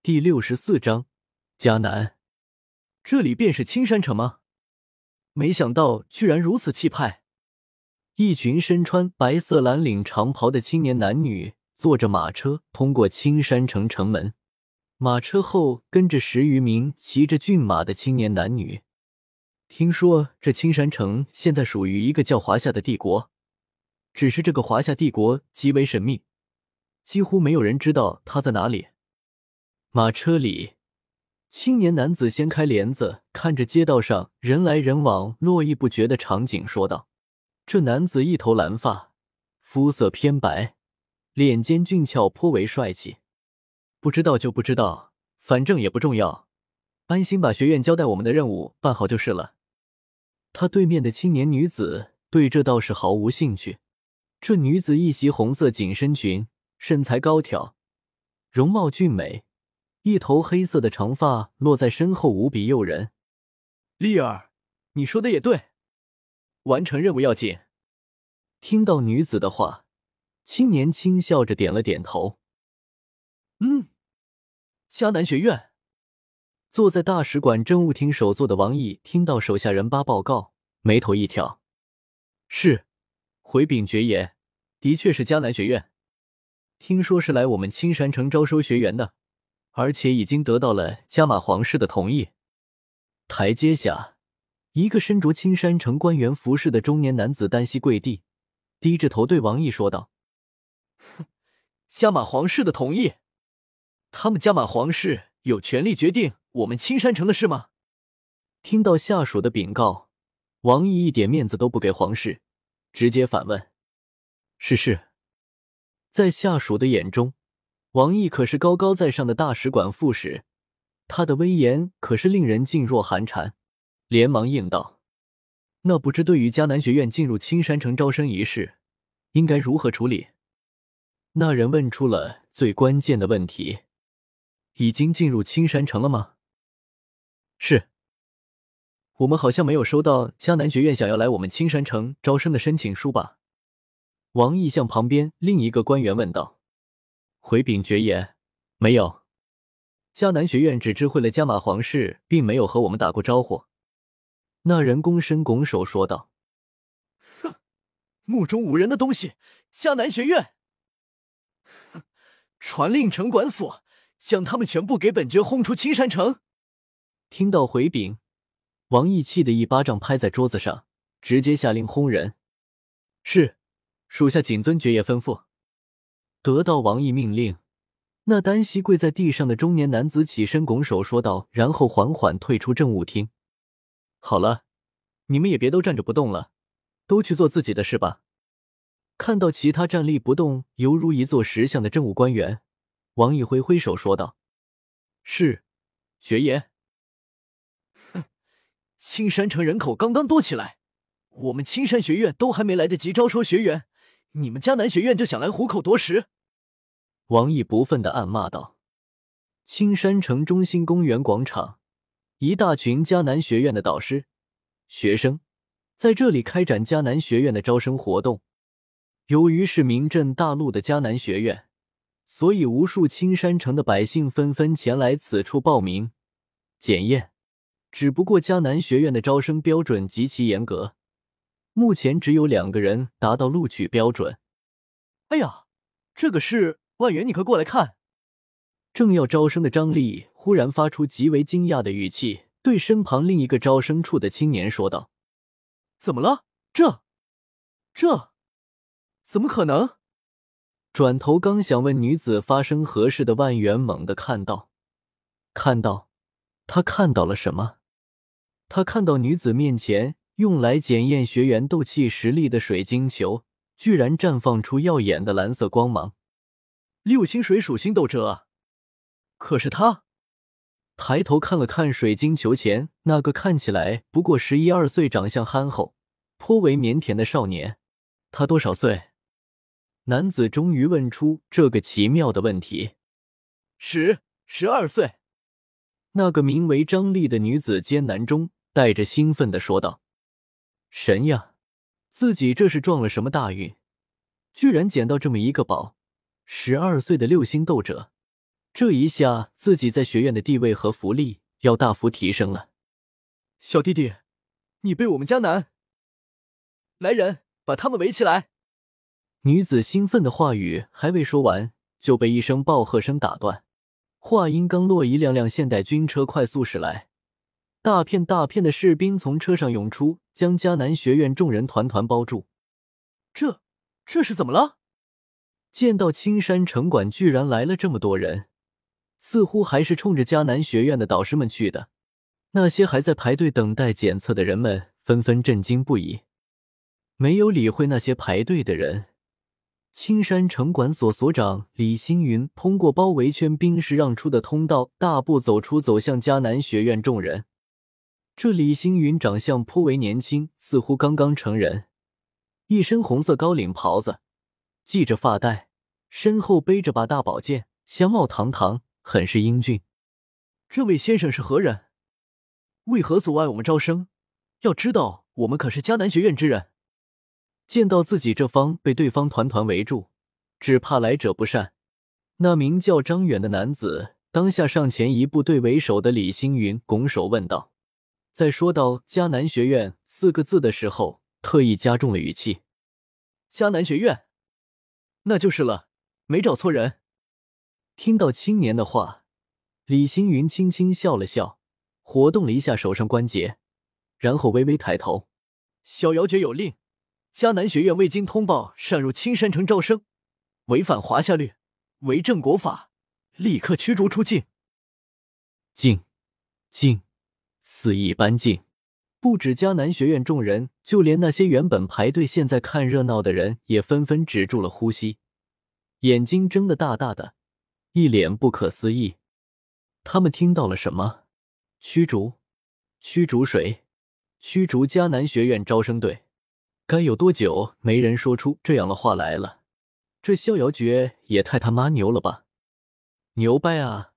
第64章迦南。这里便是青山城吗？没想到居然如此气派。一群身穿白色蓝领长袍的青年男女坐着马车通过青山城城门，马车后跟着10余名骑着骏马的青年男女。听说这青山城现在属于一个叫华夏的帝国，只是这个华夏帝国极为神秘，几乎没有人知道它在哪里。马车里，青年男子掀开帘子，看着街道上人来人往、络绎不绝的场景，说道：“这男子一头蓝发，肤色偏白，脸间俊俏，颇为帅气。不知道就不知道，反正也不重要，安心把学院交代我们的任务办好就是了。”他对面的青年女子对这倒是毫无兴趣。这女子一袭红色紧身裙，身材高挑，容貌俊美。一头黑色的长发落在身后，无比诱人。丽儿，你说的也对，完成任务要紧。听到女子的话，青年轻笑着点了点头。迦南学院。坐在大使馆政务厅首座的王毅听到手下人8报告，眉头一挑。是，回禀爵爷，的确是迦南学院。听说是来我们青山城招收学员的，而且已经得到了加玛皇室的同意。台阶下，一个身着青山城官员服饰的中年男子单膝跪地，低着头对王毅说道：“加玛皇室的同意？他们加玛皇室有权利决定我们青山城的事吗？”听到下属的禀告，王毅一点面子都不给皇室，直接反问：“是。”在下属的眼中，王毅可是高高在上的大使馆副使，他的威严可是令人噤若寒蝉，连忙应道：“那不知对于迦南学院进入青山城招生一事，应该如何处理？”那人问出了最关键的问题：“已经进入青山城了吗？”是。我们好像没有收到迦南学院想要来我们青山城招生的申请书吧？王毅向旁边另一个官员问道。回禀爵爷，没有。迦南学院只知会了加玛皇室，并没有和我们打过招呼。那人躬身拱手说道。哼，目中无人的东西，迦南学院！哼，传令城管所，将他们全部给本爵轰出青山城！听到回禀，王毅气得一巴掌拍在桌子上，直接下令轰人。是，属下谨遵爵爷吩咐。得到王毅命令，那单膝跪在地上的中年男子起身拱手说道，然后缓缓退出政务厅。好了，你们也别都站着不动了，都去做自己的事吧。看到其他站立不动犹如一座石像的政务官员，王毅挥挥手说道：“是，爵爷。”哼，青山城人口刚刚多起来，我们青山学院都还没来得及招收学员，你们迦南学院就想来虎口夺食。王毅不忿地暗骂道。青山城中心公园广场，一大群迦南学院的导师、学生在这里开展迦南学院的招生活动。由于是名震大陆的迦南学院，所以无数青山城的百姓纷纷前来此处报名检验。只不过迦南学院的招生标准极其严格，目前只有2个人达到录取标准。哎呀，这个是，万元你快过来看。正要招生的张力忽然发出极为惊讶的语气，对身旁另一个招生处的青年说道：“怎么了？这怎么可能？”转头刚想问女子发生何事的万元猛地看到他看到了什么？他看到女子面前用来检验学员斗气实力的水晶球居然绽放出耀眼的蓝色光芒。6星水属性斗者啊！可是他抬头看了看水晶球前那个看起来不过11、12岁、长相憨厚、颇为腼腆的少年，他多少岁？男子终于问出这个奇妙的问题。12岁。那个名为张丽的女子艰难中带着兴奋地说道：“神呀，自己这是撞了什么大运，居然捡到这么一个宝，12岁的6星斗者， 这一下自己在学院的地位和福利要大幅提升了。 小弟弟，你被我们迦南！来人，把他们围起来！ 女子兴奋的话语还未说完，就被一声暴喝声打断。话音刚落，一辆辆现代军车快速驶来，大片大片的士兵从车上涌出，将迦南学院众人团团包住。 这是怎么了？ 见到青山城管居然来了这么多人，似乎还是冲着迦南学院的导师们去的。那些还在排队等待检测的人们纷纷震惊不已，没有理会那些排队的人。青山城管所所长李星云通过包围圈兵士让出的通道，大步走向迦南学院众人。这李星云长相颇为年轻，似乎刚刚成人，一身红色高领袍子，系着发带，身后背着把大宝剑，相貌堂堂，很是英俊。 这位先生是何人？为何阻碍我们招生？要知道，我们可是迦南学院之人。 见到自己这方被对方团团围住，只怕来者不善，那名叫张远的男子当下上前一步，对为首的李星云拱手问道。在说到迦南学院4个字的时候，特意加重了语气。 迦南学院，那就是了，没找错人。 听到青年的话，李星云轻轻笑了笑，活动了一下手上关节，然后微微抬头。 小姚诀有令，迦南学院未经通报擅入青山城招生，违反华夏律，违正国法，立刻驱逐出境。 境，肆意搬境。不止迦南学院众人，就连那些原本排队现在看热闹的人也纷纷止住了呼吸，眼睛睁得大大的，一脸不可思议。他们听到了什么？驱逐谁？驱逐迦南学院招生队？该有多久没人说出这样的话来了？这逍遥诀也太他妈牛了吧！牛掰啊！